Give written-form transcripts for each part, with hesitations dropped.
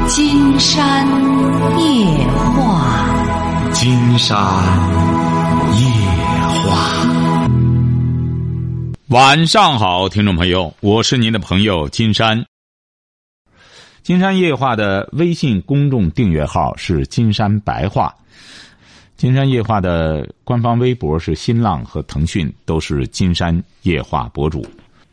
金山夜话， 金山夜话。 晚上好，听众朋友，我是您的朋友金山。金山夜话的微信公众订阅号是金山白话，金山夜话的官方微博是新浪和腾讯，都是金山夜话博主。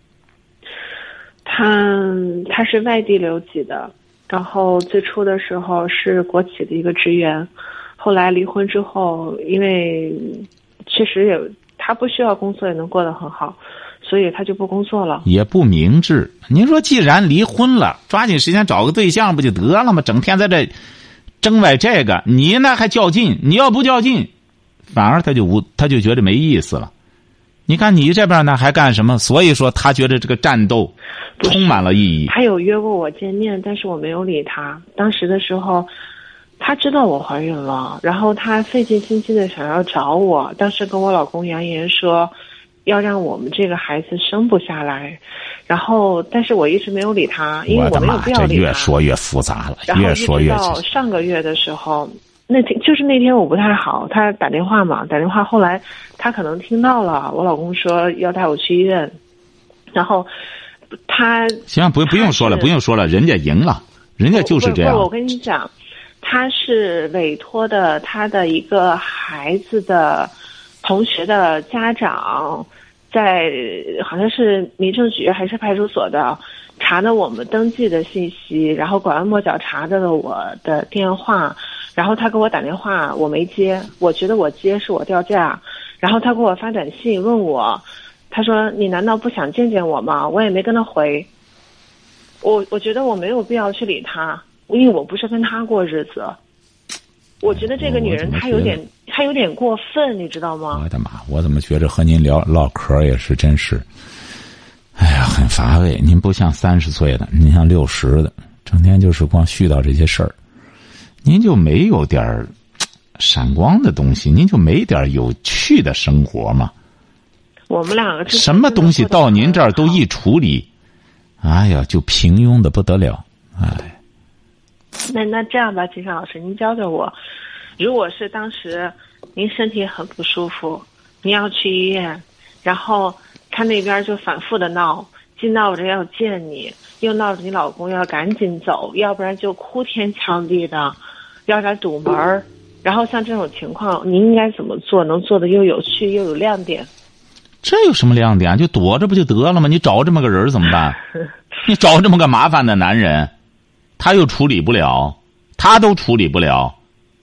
他是外地留级的，然后最初的时候是国企的一个职员，后来离婚之后，因为确实他不需要工作也能过得很好，所以他就不工作了。 也不明智。您说既然离婚了，抓紧时间找个对象不就得了吗？整天在这争歪这个，你那还较劲，你要不较劲，反而他就觉得没意思了。你看你这边呢还干什么？所以说他觉得这个战斗充满了意义。 他有约过我见面，但是我没有理他。当时的时候他知道我怀孕了，然后他费尽心机的想要找我，当时跟我老公扬言说要让我们这个孩子生不下来，然后但是我一直没有理他，因为我没有必要理他。 这越说越复杂了，越说越然后一直到上个月的时候，那天我不太好，他打电话，后来他可能听到了，我老公说要带我去医院，然后他行，不用说了，人家赢了，人家就是这样。 我跟你讲，他是委托的他的一个孩子的同学的家长，在好像是民政局还是派出所的，查的我们登记的信息，然后拐弯抹角查到了我的电话，然后他给我打电话我没接，我觉得我接是我掉价，然后他给我发短信问我，他说你难道不想见见我吗？我也没跟他回，我觉得我没有必要去理他，因为我不是跟他过日子。我觉得这个女人她有点过分，你知道吗？ 我的妈！我怎么觉着和您唠嗑也是真是，哎呀，很乏味。您不像30岁的，您像60的，整天就是光絮叨这些事儿，您就没有点闪光的东西，您就没点有趣的生活吗？ 我们两个什么东西到您这儿都一处理，哎呀，就平庸的不得了，哎。 那这样吧，金山老师，您教教我，如果是当时您身体很不舒服，您要去医院，然后他那边就反复的闹，既闹着要见你，又闹着你老公要赶紧走，要不然就哭天抢地的，要来堵门，然后像这种情况，您应该怎么做，能做的又有趣又有亮点？ 这有什么亮点？就躲着不就得了吗？你找这么个人怎么办？你找这么个麻烦的男人，他又处理不了，他都处理不了，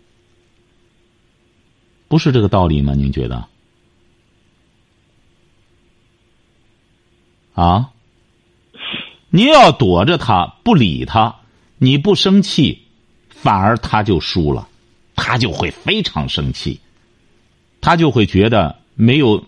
不是这个道理吗？您觉得？啊？你要躲着他，不理他，你不生气，反而他就输了，他就会非常生气，他就会觉得没有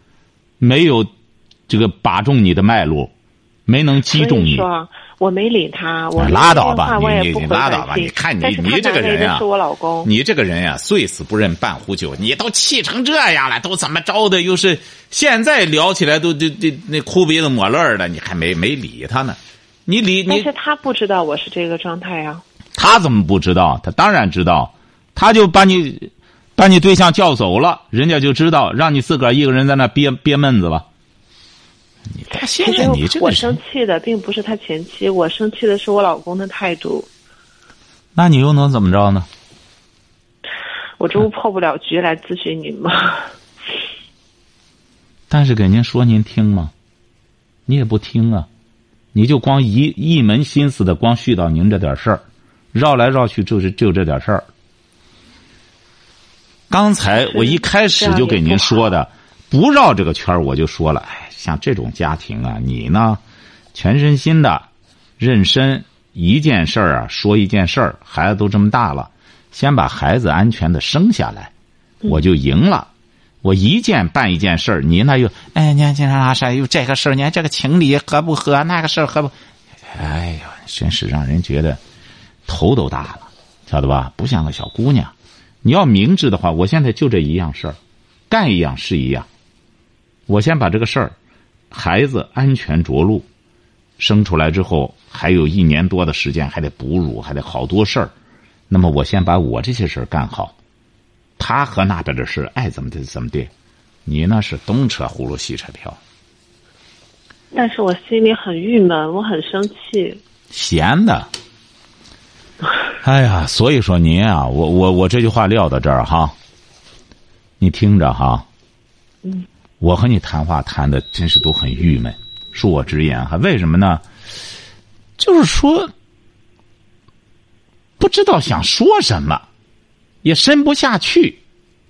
这个把中你的脉络，没能击中你。 我没理他，我拉倒吧， 你拉倒吧！你看你这个人呀， 是我老公， 你这个人呀，岁死不认半壶酒，你都气成这样了，都怎么着的？又是现在聊起来都那哭鼻子抹泪的，你还没理他呢？ 但是他不知道我是这个状态呀。 他怎么不知道？他当然知道，他就把你对象叫走了，人家就知道，让你自个儿一个人在那憋闷子吧。 其实我生气的并不是他前妻，我生气的是我老公的态度。 那你又能怎么着呢？ 我这不破不了局来咨询您吗？ 但是给您说您听吗？你也不听啊，你就光一门心思的光絮叨您这点事儿，绕来绕去就这点事儿。刚才我一开始就给您说的，不绕这个圈我就说了，像这种家庭啊，你呢，全身心的认真一件事儿啊，说一件事儿，孩子都这么大了，先把孩子安全的生下来，我就赢了。我一件办一件事儿，你那又年轻人老师又这个事儿，你看这个情理合不合，那个事儿合不？哎呀，真是让人觉得头都大了，晓得吧？不像个小姑娘。你要明智的话，我现在就这一样事儿，干一样是一样。我先把这个事儿，孩子安全着陆，生出来之后， 还有1年多的时间，还得哺乳，还得好多事儿。那么我先把我这些事儿干好，他和那边的事爱怎么的怎么的，你呢是东扯葫芦西扯瓢。 但是我心里很郁闷，我很生气。 闲的。哎呀，所以说您啊，我这句话撂到这儿哈，你听着哈。我和你谈话谈的真是都很郁闷，恕我直言哈。为什么呢？就是说不知道想说什么，也深不下去，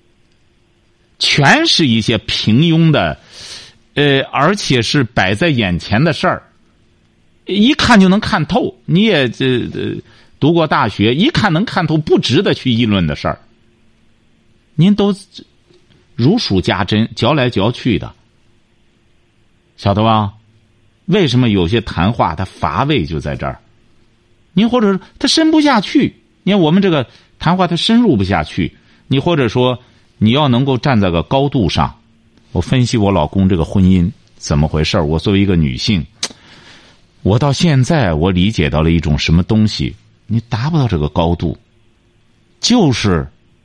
全是一些平庸的而且是摆在眼前的事儿，一看就能看透。你也读过大学，一看能看透，不值得去议论的事儿，您都如数家珍，嚼来嚼去的，晓得吧？为什么有些谈话它乏味就在这儿？您或者说它深不下去，你看我们这个谈话它深入不下去。你或者说你要能够站在个高度上，我分析我老公这个婚姻怎么回事，我作为一个女性，我到现在我理解到了一种什么东西，你达不到这个高度，就是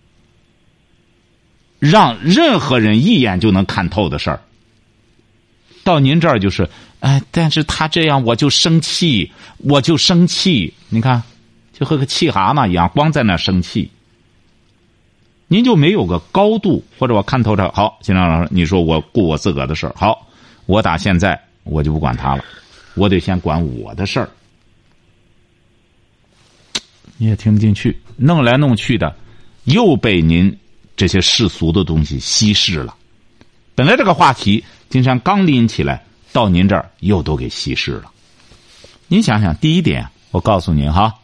让任何人一眼就能看透的事儿。到您这儿就是，但是他这样我就生气，我就生气。你看，就和个气蛤蟆一样，光在那生气。您就没有个高度，或者我看透这好，金长老师，你说我顾我自个儿的事儿，好，我打现在我就不管他了，我得先管我的事儿。你也听不进去，弄来弄去的，又被您这些世俗的东西稀释了。本来这个话题金山刚拎起来，到您这儿又都给稀释了。您想想，第一点，我告诉您哈，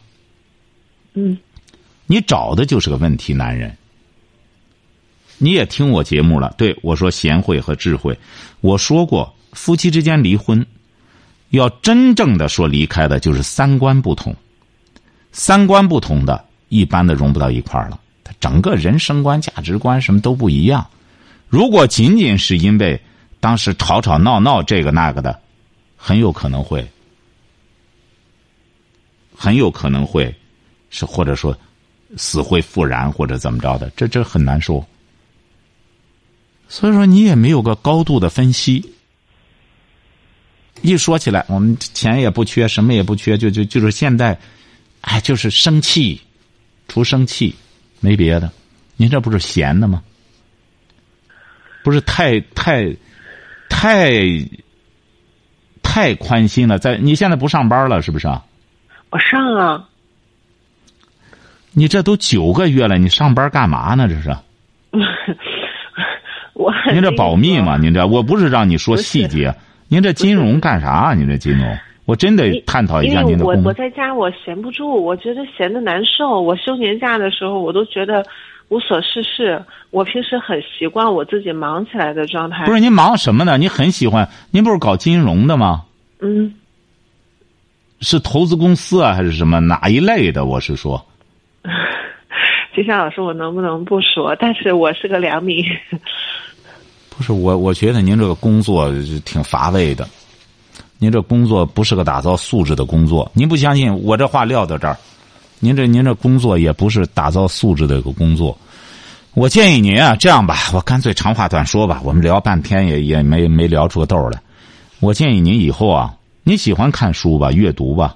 你找的就是个问题男人。你也听我节目了，对我说贤惠和智慧，我说过夫妻之间离婚，要真正的说离开的就是三观不同，三观不同的一般的融不到一块儿了，他整个人生观、价值观什么都不一样。如果仅仅是因为当时吵吵闹闹这个那个的，很有可能会是或者说死灰复燃或者怎么着的，这很难说。所以说你也没有个高度的分析。一说起来，我们钱也不缺，什么也不缺，就是现在，就是生气，除生气没别的。您这不是闲的吗？不是太宽心了。你现在不上班了是不是啊？ 我上啊。 你这都9个月了，你上班干嘛呢？这是？您这保密嘛？您这我不是让你说细节。您这金融干啥？您这金融，我真得探讨一下您的工作。 我在家我闲不住，我觉得闲得难受。我休年假的时候，我都觉得无所事事。我平时很习惯我自己忙起来的状态。 不是您忙什么呢？您很喜欢，您不是搞金融的吗？是投资公司啊，还是什么哪一类的？我是说。 金山老师，我能不能不说？但是我是个良民。 不是我觉得您这个工作挺乏味的，您这工作不是个打造素质的工作。您不相信，我这话撂到这儿，您这工作也不是打造素质的一个工作。我建议您啊，这样吧，我干脆长话短说吧，我们聊半天也没聊出个豆来。我建议您以后啊，你喜欢看书吧，阅读吧。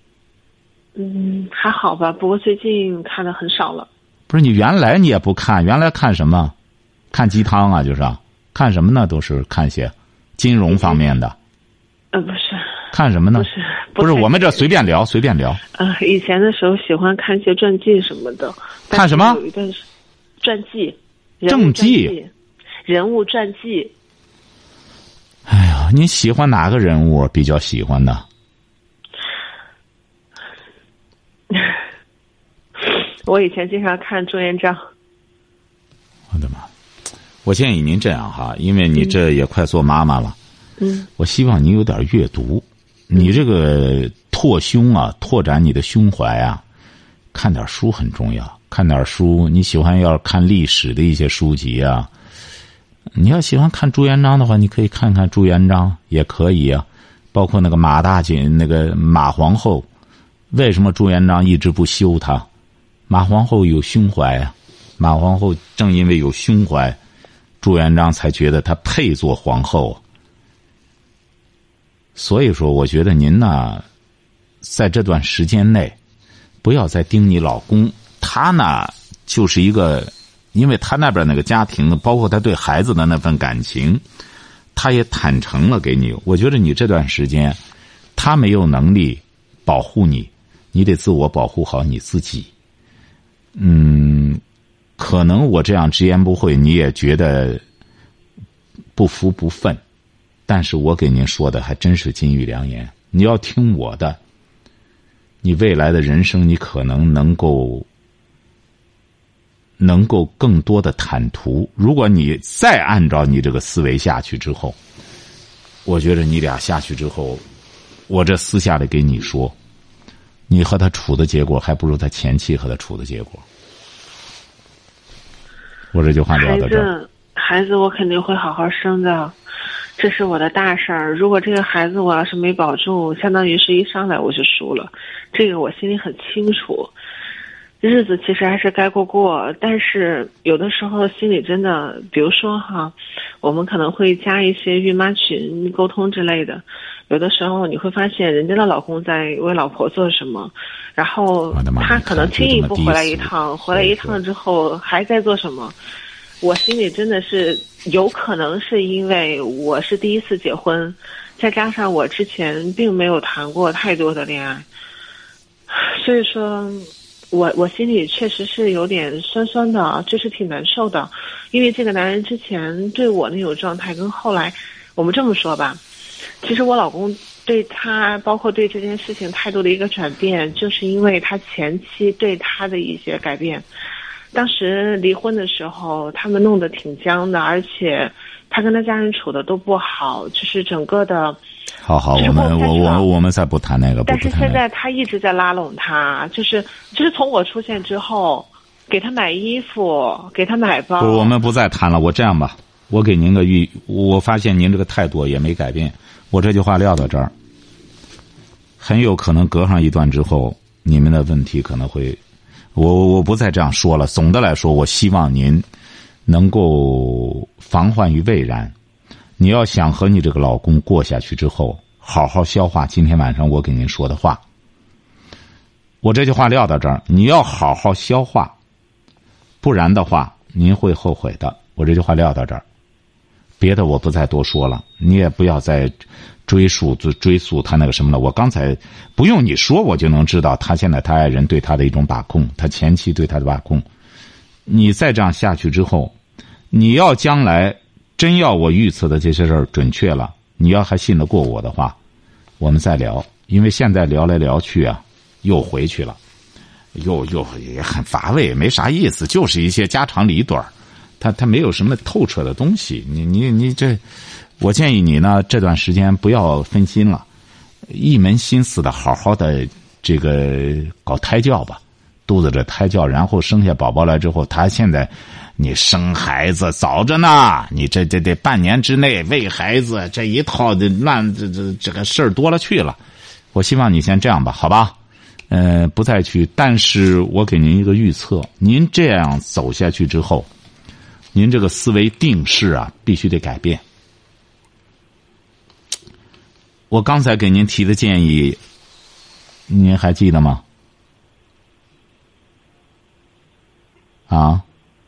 还好吧，不过最近看的很少了。 不是你原来你也不看，原来看什么？看鸡汤啊，就是啊。看什么呢？都是看些金融方面的。 不是。 看什么呢？不是我们这随便聊。 以前的时候喜欢看一些传记什么的。 看什么？ 有一段传记。 政绩。 人物传记。 哎呀，你喜欢哪个人物比较喜欢的？ 我以前经常看朱元璋。 我的妈！我建议您这样哈，因为你这也快做妈妈了，我希望你有点阅读，你这个拓胸啊，拓展你的胸怀啊，看点书很重要。看点书，你喜欢要看历史的一些书籍啊，你要喜欢看朱元璋的话，你可以看看朱元璋，也可以啊， 包括那个马大锦，那个马皇后，为什么朱元璋一直不休她？马皇后有胸怀啊，马皇后正因为有胸怀，朱元璋才觉得她配做皇后。所以说，我觉得您呢，在这段时间内，不要再盯你老公，他呢就是一个，因为他那边那个家庭，包括他对孩子的那份感情，他也坦诚了给你。我觉得你这段时间，他没有能力保护你，你得自我保护好你自己。可能我这样直言不讳，你也觉得不服不忿，但是我给您说的还真是金玉良言。你要听我的，你未来的人生，你可能能够更多的坦途。如果你再按照你这个思维下去之后，我觉得你俩下去之后，我这私下里给你说，你和他处的结果还不如他前妻和他处的结果。我这句话聊到这儿。 孩子我肯定会好好生的，这是我的大事儿。如果这个孩子我要是没保住，相当于是一上来我就输了，这个我心里很清楚。日子其实还是该过，但是有的时候心里真的，比如说哈，我们可能会加一些孕妈群沟通之类的，有的时候你会发现人家的老公在为老婆做什么，然后他可能轻易不回来一趟，回来一趟之后还在做什么。我心里真的是有可能是因为我是第一次结婚，再加上我之前并没有谈过太多的恋爱，所以说我心里确实是有点酸酸的，就是挺难受的。因为这个男人之前对我那种状态跟后来，我们这么说吧，其实我老公对他包括对这件事情态度的一个转变，就是因为他前妻对他的一些改变。当时离婚的时候他们弄得挺僵的，而且他跟他家人处的都不好，就是整个的。 好，我们再不谈那个。 但是现在他一直在拉拢他，就是从我出现之后，给他买衣服，给他买包。 不，我们不再谈了。我这样吧，我给您个我发现您这个态度也没改变。我这句话撂到这儿，很有可能隔上一段之后，你们的问题可能会，我不再这样说了。总的来说，我希望您能够防患于未然。你要想和你这个老公过下去之后，好好消化今天晚上我给您说的话。我这句话撂到这儿，你要好好消化，不然的话您会后悔的。我这句话撂到这儿，别的我不再多说了，你也不要再追溯他那个什么了。我刚才不用你说，我就能知道他现在他爱人对他的一种把控，他前妻对他的把控。你再这样下去之后，你要将来真要我预测的这些事儿准确了，你要还信得过我的话，我们再聊。因为现在聊来聊去啊，又回去了，又也很乏味，没啥意思，就是一些家长里短，他没有什么透彻的东西。你这，我建议你呢，这段时间不要分心了，一门心思的好好的这个搞胎教吧，肚子这胎教，然后生下宝宝来之后，他现在你生孩子早着呢，你这半年之内喂孩子这一套的这个事儿多了去了。我希望你先这样吧，好吧？不再去。但是我给您一个预测，您这样走下去之后，您这个思维定势啊，必须得改变。我刚才给您提的建议，您还记得吗？啊？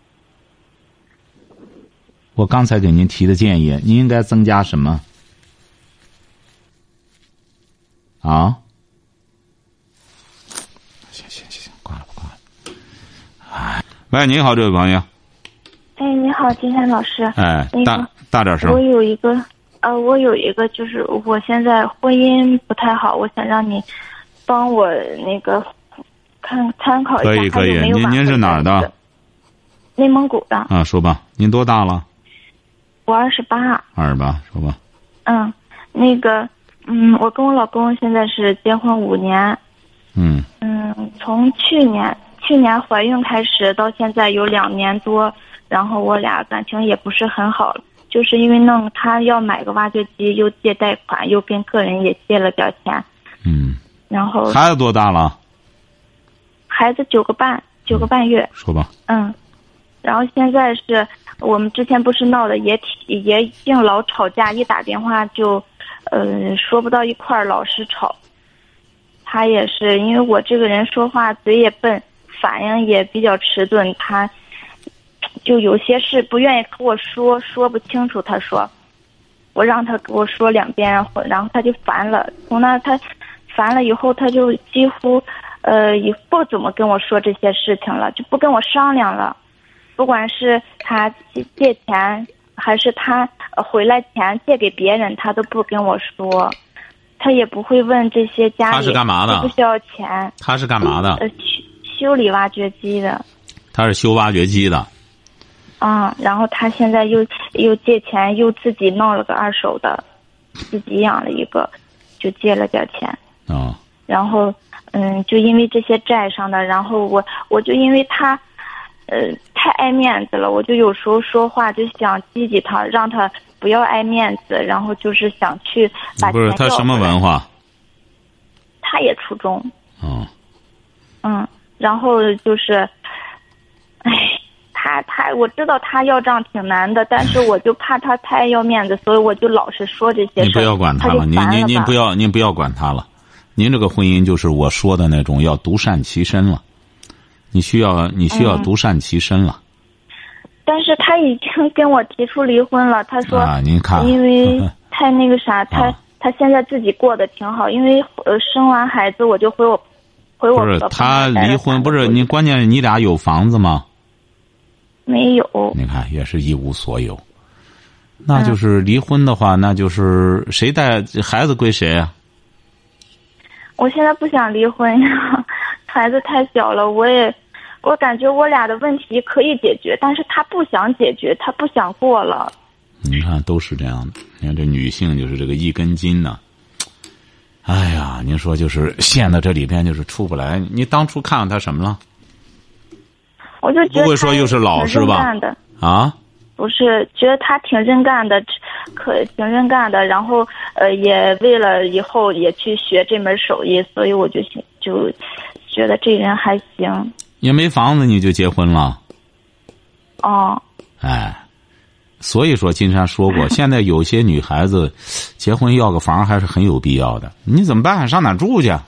我刚才给您提的建议，您应该增加什么？啊？行，挂了。哎，喂，您好，这位朋友。 哎，你好，金山老师。 哎，大点声。 我有一个，就是我现在婚姻不太好，我想让你帮我那个参考一下。 可以。您是哪儿的？ 内蒙古的。 啊，说吧，您多大了？ 我28。 28，说吧。 我跟我老公现在是结婚5年。从去年怀孕开始到现在有2年多，然后我俩感情也不是很好， 就是因为他要买个挖掘机，又借贷款，又跟个人也借了点钱。然后孩子多大了？ 孩子9个半月。 说吧。 然后现在是我们之前不是闹的也净老吵架，一打电话就说不到一块儿，老是吵。他也是因为我这个人说话嘴也笨，反应也比较迟钝，他就有些事不愿意和我说不清楚。他说我让他给我说2遍，然后他就烦了。从那他烦了以后，他就几乎也不怎么跟我说这些事情了，就不跟我商量了。不管是他借钱还是他回来钱借给别人，他都不跟我说。他也不会问这些家里他是干嘛的？ 不需要钱。 他是干嘛的？ 修理挖掘机的。 他是修挖掘机的。 然后他现在又借钱，又自己弄了个2手的，自己养了一个，就借了点钱。然后就因为这些债上的，然后我就因为他太爱面子了，我就有时候说话就想激激他，让他不要爱面子，然后就是想去把钱要回来。不是他什么文化？ 他也初中。然后就是，他我知道他要账挺难的，但是我就怕他太要面子，所以我就老是说这些事。 你不要管他了，您不要管他了。您这个婚姻就是我说的那种要独善其身了，你需要独善其身了。 但是他已经跟我提出离婚了，他说您看， 因为太那个啥，他现在自己过得挺好，因为生完孩子我就回我不是他离婚，不是你关键是你俩有房子吗？ 没有。 你看也是一无所有，那就是离婚的话，那就是谁带孩子归谁啊？ 我现在不想离婚呀，孩子太小了，我感觉我俩的问题可以解决，但是他不想解决，他不想过了。 你看都是这样的，你看这女性就是这个一根筋呢。哎呀，您说就是陷到这里边就是出不来。你当初看到他什么了？ 我就觉得不会说又是老实吧？ 不是，觉得他挺认干的，挺认干的，然后也为了以后也去学这门手艺，所以我就觉得这人还行。 也没房子你就结婚了？所以说金山说过，现在有些女孩子结婚要个房还是很有必要的。你怎么办？上哪住去？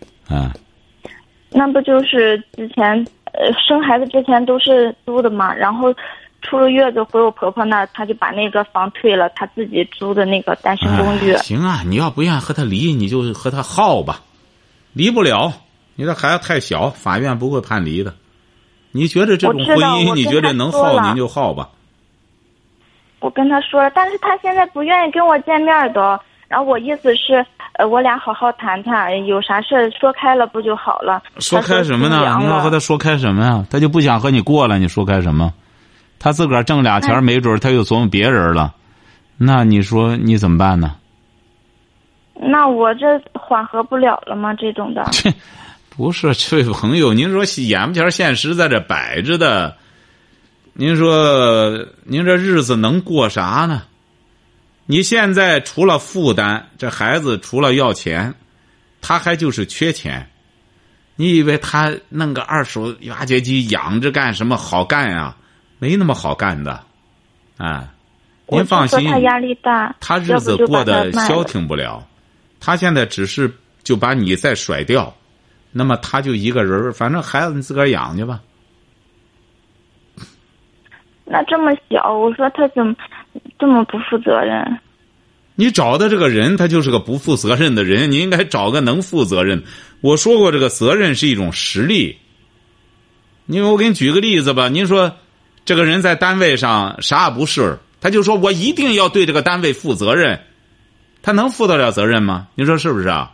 那不就是之前生孩子之前都是租的嘛，然后出了月子回我婆婆那儿，她就把那个房退了，她自己租的那个单身公寓。 行啊，你要不愿意和他离，你就和他耗吧。离不了，你的孩子太小，法院不会判离的。你觉得这种婚姻，你觉得能耗您就耗吧。 我跟他说了，但是他现在不愿意跟我见面的。然后我意思是，我俩好好谈谈，有啥事说开了不就好了？ 说开什么呢？你要和他说开什么呀？他就不想和你过了，你说开什么？他自个儿挣俩钱，没准他又琢磨别人了。那你说你怎么办呢？ 那我这缓和不了了吗？这种的。 不是，这位朋友，您说眼不前现实在这摆着的，您说您这日子能过啥呢？你现在除了负担，这孩子除了要钱，他还就是缺钱。你以为他弄个2手挖掘机养着干什么好干啊？没那么好干的，您放心。 他压力大， 他日子过得消停不了。他现在只是就把你再甩掉，那么他就一个人，反正孩子你自个儿养去吧。 那这么小，我说他怎么这么不负责任？ 你找的这个人，他就是个不负责任的人，你应该找个能负责任。我说过，这个责任是一种实力。我给你举个例子吧，您说这个人在单位上啥也不是，他就说我一定要对这个单位负责任，他能负得了责任吗？你说是不是啊？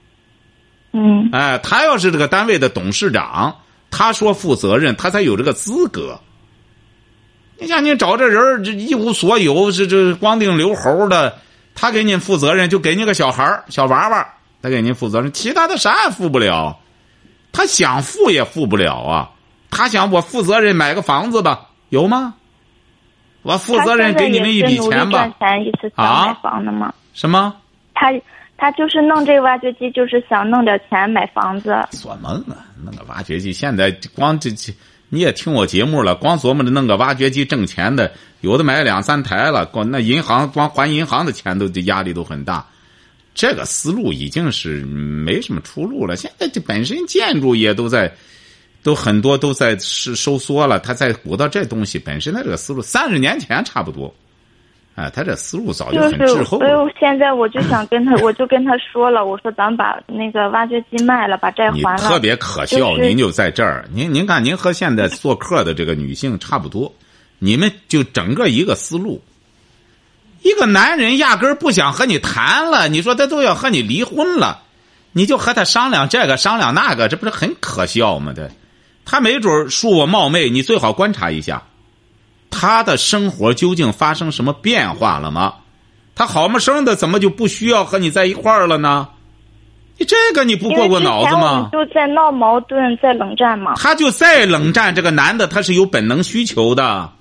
他要是这个单位的董事长，他说负责任，他才有这个资格。你像您找这人这一无所有，这光腚留猴的，他给您负责任，就给您个小孩小娃娃，他给您负责任，其他的啥也负不了。他想负也负不了啊。他想我负责任买个房子吧，有吗？ 我负责任给你们一笔钱吧。 赚钱，意思想买房的吗？ 什么？ 他就是弄这个挖掘机，就是想弄点钱买房子。 做梦啊！弄个挖掘机，现在光这你也听我节目了，光琢磨着弄个挖掘机挣钱的，有的买2、3台了，光那银行光还银行的钱都压力都很大。这个思路已经是没什么出路了。现在这本身建筑业都很多都在收缩了，他在鼓捣这东西本身的这个思路，30年前差不多。哎，他这思路早就很滞后了。 所以现在我就想跟他，我就跟他说了，我说咱把那个挖掘机卖了，把债还了。 你特别可笑，您就在这儿，您看，您和现在做客的这个女性差不多，你们就整个一个思路。一个男人压根儿不想和你谈了，你说他都要和你离婚了，你就和他商量这个商量那个，这不是很可笑吗？他没准恕我冒昧，你最好观察一下。他的生活究竟发生什么变化了吗？他好么生的怎么就不需要和你在一块儿了呢？你这个你不过脑子吗？ 因为之前我们就在闹矛盾，在冷战嘛。 他就在冷战，这个男的他是有本能需求的。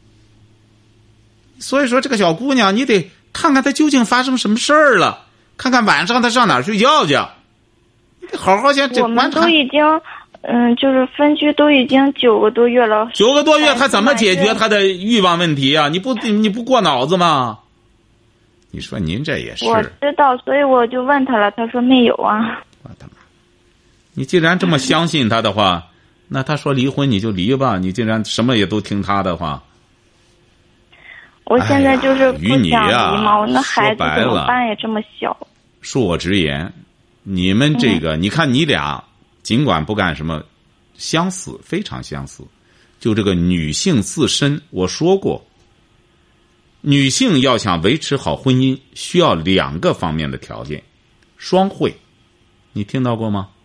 所以说这个小姑娘你得看看他究竟发生什么事儿了，看看晚上他上哪儿睡觉去。你得好好先这观察。 我们都已经就是分居都已经9个多月了。 9个多月，他怎么解决他的欲望问题啊？你不过脑子吗？你说您这也是。 我知道，所以我就问他了，他说没有啊。 我的妈！你既然这么相信他的话，那他说离婚你就离吧。你既然什么也都听他的话。 我现在就是不想离嘛，我那孩子怎么办呀？这么小。 恕我直言，你们这个，你看你俩。尽管不干什么，相似，非常相似。就这个女性自身，我说过，女性要想维持好婚姻，需要2个方面的条件，双汇，你听到过吗？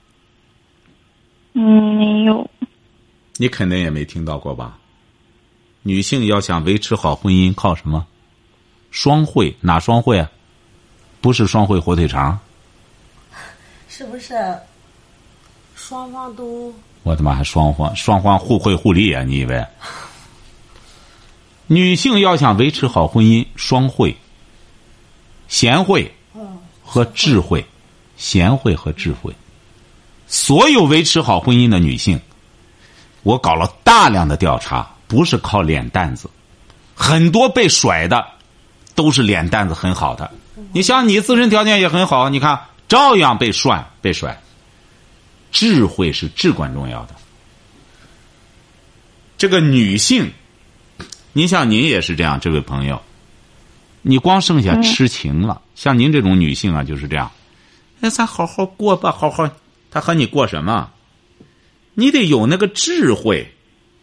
没有。 你肯定也没听到过吧？女性要想维持好婚姻，靠什么？双汇，哪双汇啊？不是双汇火腿肠？ 是不是？双方都， 我他妈还双方互惠互利啊！你以为？女性要想维持好婚姻，双惠，贤惠和智慧，贤惠和智慧。所有维持好婚姻的女性，我搞了大量的调查，不是靠脸蛋子，很多被甩的都是脸蛋子很好的。你想，你自身条件也很好，你看照样被甩。智慧是至关重要的。这个女性，您像您也是这样，这位朋友，你光剩下痴情了。像您这种女性啊，就是这样。咱好好过吧，好好。他和你过什么？你得有那个智慧。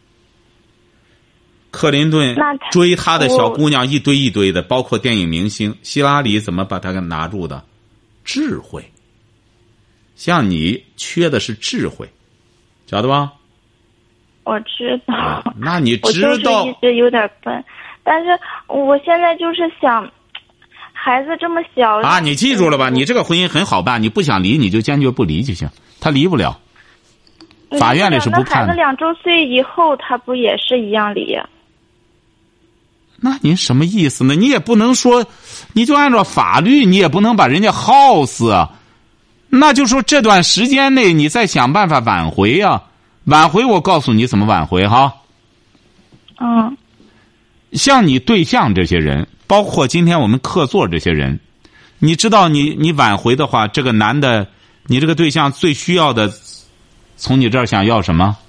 克林顿追他的小姑娘一堆一堆的，包括电影明星希拉里怎么把他给拿住的？智慧。像你缺的是智慧，晓得吧？ 我知道。 那你知道？ 我就是一直有点笨，但是我现在就是想，孩子这么小啊，你记住了吧？你这个婚姻很好办，你不想离你就坚决不离就行。他离不了，法院里是不判的。 孩子2周岁以后，他不也是一样离？ 那您什么意思呢？你也不能说，你就按照法律，你也不能把人家耗死啊。那就说这段时间内你再想办法挽回啊，挽回我告诉你怎么挽回哈。像你对象这些人，包括今天我们客座这些人，你知道你挽回的话，这个男的，你这个对象最需要的，从你这儿想要什么？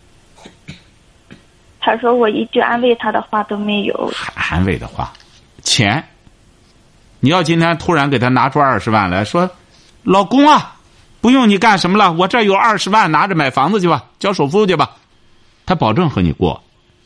他说我一句安慰他的话都没有。 安慰的话，钱。你要今天突然给他拿出20万来说，老公啊，不用你干什么了，我这有20万，拿着买房子去吧，交首付去吧。他保证和你过，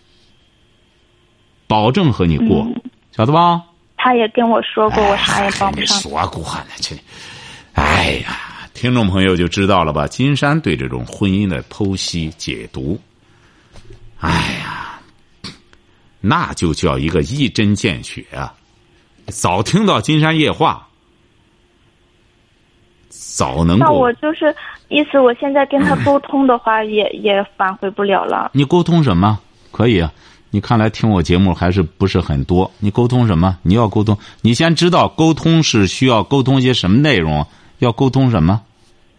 保证和你过，晓得吧？ 他也跟我说过，我啥也帮不上。 说过呢，这，哎呀，听众朋友就知道了吧？金山对这种婚姻的剖析解读，哎呀，那就叫一个一针见血啊！早听到金山夜话。早能够。 那我就是意思，我现在跟他沟通的话，也挽回不了了。 你沟通什么？可以啊， 你看来听我节目还是不是很多？你沟通什么？你要沟通，你先知道沟通是需要沟通些什么内容，要沟通什么？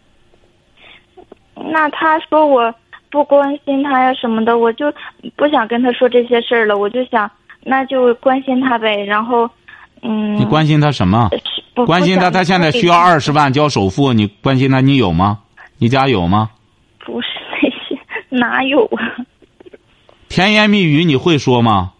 那他说我不关心他呀什么的，我就不想跟他说这些事儿了。我就想，那就关心他呗。然后， 你关心他什么？关心他现在需要20万交首付，你关心他，你有吗？你家有吗？ 不是那些，哪有啊？ 甜言蜜语你会说吗？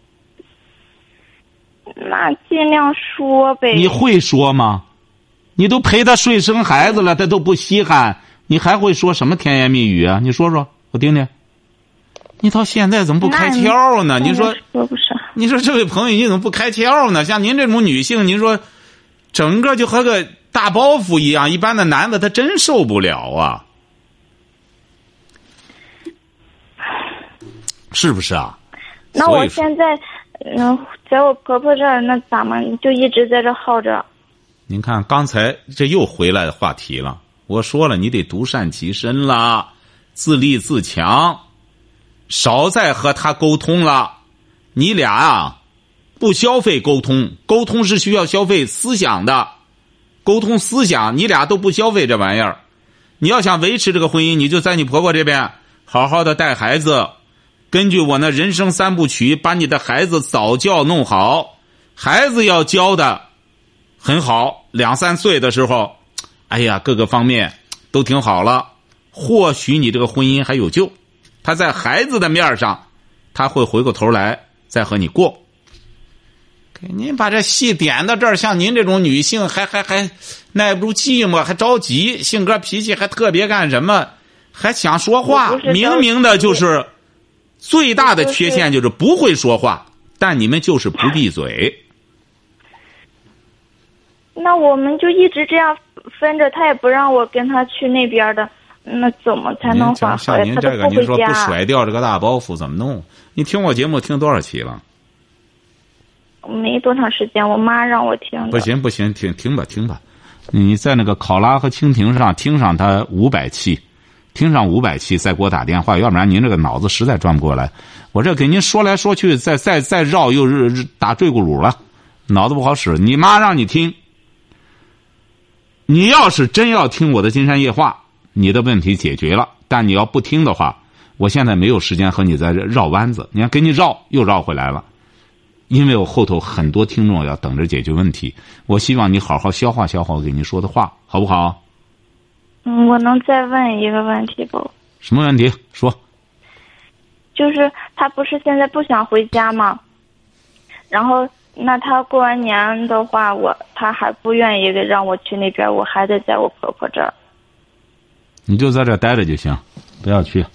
那尽量说呗。 你会说吗？你都陪他睡生孩子了，他都不稀罕，你还会说什么甜言蜜语啊？你说说我听听。你到现在怎么不开窍呢？你说说不上。 你说这位朋友你怎么不开窍呢？像您这种女性，您说整个就和个大包袱一样，一般的男的他真受不了啊。是不是啊？ 那我现在，在我婆婆这儿，那咋么就一直在这耗着？ 您看，刚才这又回来的话题了。我说了，你得独善其身了，自立自强，少再和他沟通了。你俩啊，不消费沟通，沟通是需要消费思想的，沟通思想，你俩都不消费这玩意儿。你要想维持这个婚姻，你就在你婆婆这边好好的带孩子。根据我那人生3部曲，把你的孩子早教弄好，孩子要教的很好，2、3岁的时候，哎呀，各个方面都挺好了，或许你这个婚姻还有救。他在孩子的面上，他会回过头来再和你过。给您把这戏点到这儿，像您这种女性还耐不住寂寞，还着急，性格脾气还特别干什么，还想说话，明明的就是最大的缺陷就是不会说话，但你们就是不闭嘴。 那我们就一直这样分着，他也不让我跟他去那边的，那怎么才能缓和呀？ 像您这个，您说不甩掉这个大包袱怎么弄？你听我节目听多少期了？ 没多长时间，我妈让我听的。 不行，听吧。你在那个考拉和蜻蜓上听上他500期。听上500期再给我打电话，要不然您这个脑子实在转不过来。我这给您说来说去，再绕又打坠骨乳了，脑子不好使。你妈让你听，你要是真要听我的金山夜话，你的问题解决了。但你要不听的话，我现在没有时间和你在这绕弯子。你看给你绕又绕回来了，因为我后头很多听众要等着解决问题。我希望你好好消化消化我给您说的话，好不好？ 我能再问一个问题不？ 什么问题？说。 就是他不是现在不想回家吗？然后那他过完年的话，他还不愿意让我去那边，我还得在我婆婆这儿。 你就在这待着就行，不要去。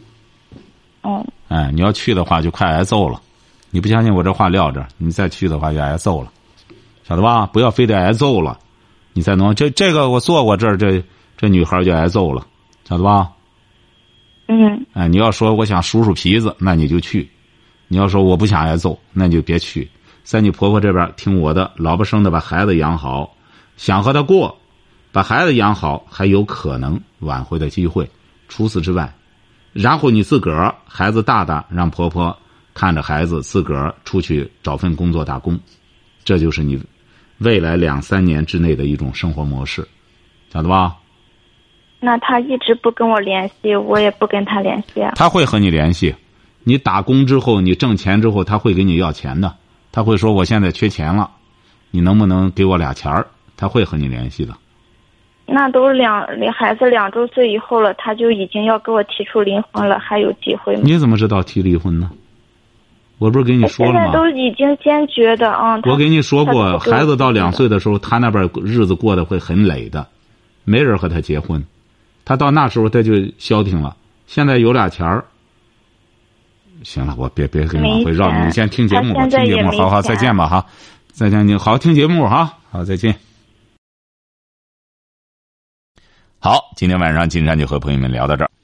哎，你要去的话就快挨揍了。你不相信我这话撂着，你再去的话就挨揍了，晓得吧？不要非得挨揍了，你再弄这个我做过这儿这女孩就挨揍了，晓得吧？哎，你要说我想数数皮子，那你就去；你要说我不想挨揍，那你就别去。在你婆婆这边听我的，老婆生的把孩子养好，想和她过，把孩子养好，还有可能挽回的机会。除此之外，然后你自个儿孩子大大，让婆婆看着孩子，自个儿出去找份工作打工，这就是你未来2、3年之内的一种生活模式，晓得吧？ 那他一直不跟我联系，我也不跟他联系啊。 他会和你联系，你打工之后，你挣钱之后，他会给你要钱的。他会说我现在缺钱了，你能不能给我俩钱儿？他会和你联系的。 那都孩子2周岁以后了，他就已经要给我提出离婚了，还有机会吗？ 你怎么知道提离婚呢？我不是跟你说了吗？ 现在都已经坚决的啊。 我跟你说过，孩子到2岁的时候，他那边日子过得会很累的，没人和他结婚。他到那时候他就消停了。现在有俩钱儿，行了，我别给你往回绕。你先听节目吧，听节目，好，再见吧哈，再见，你好好听节目哈，好，再见。好，今天晚上金山就和朋友们聊到这儿。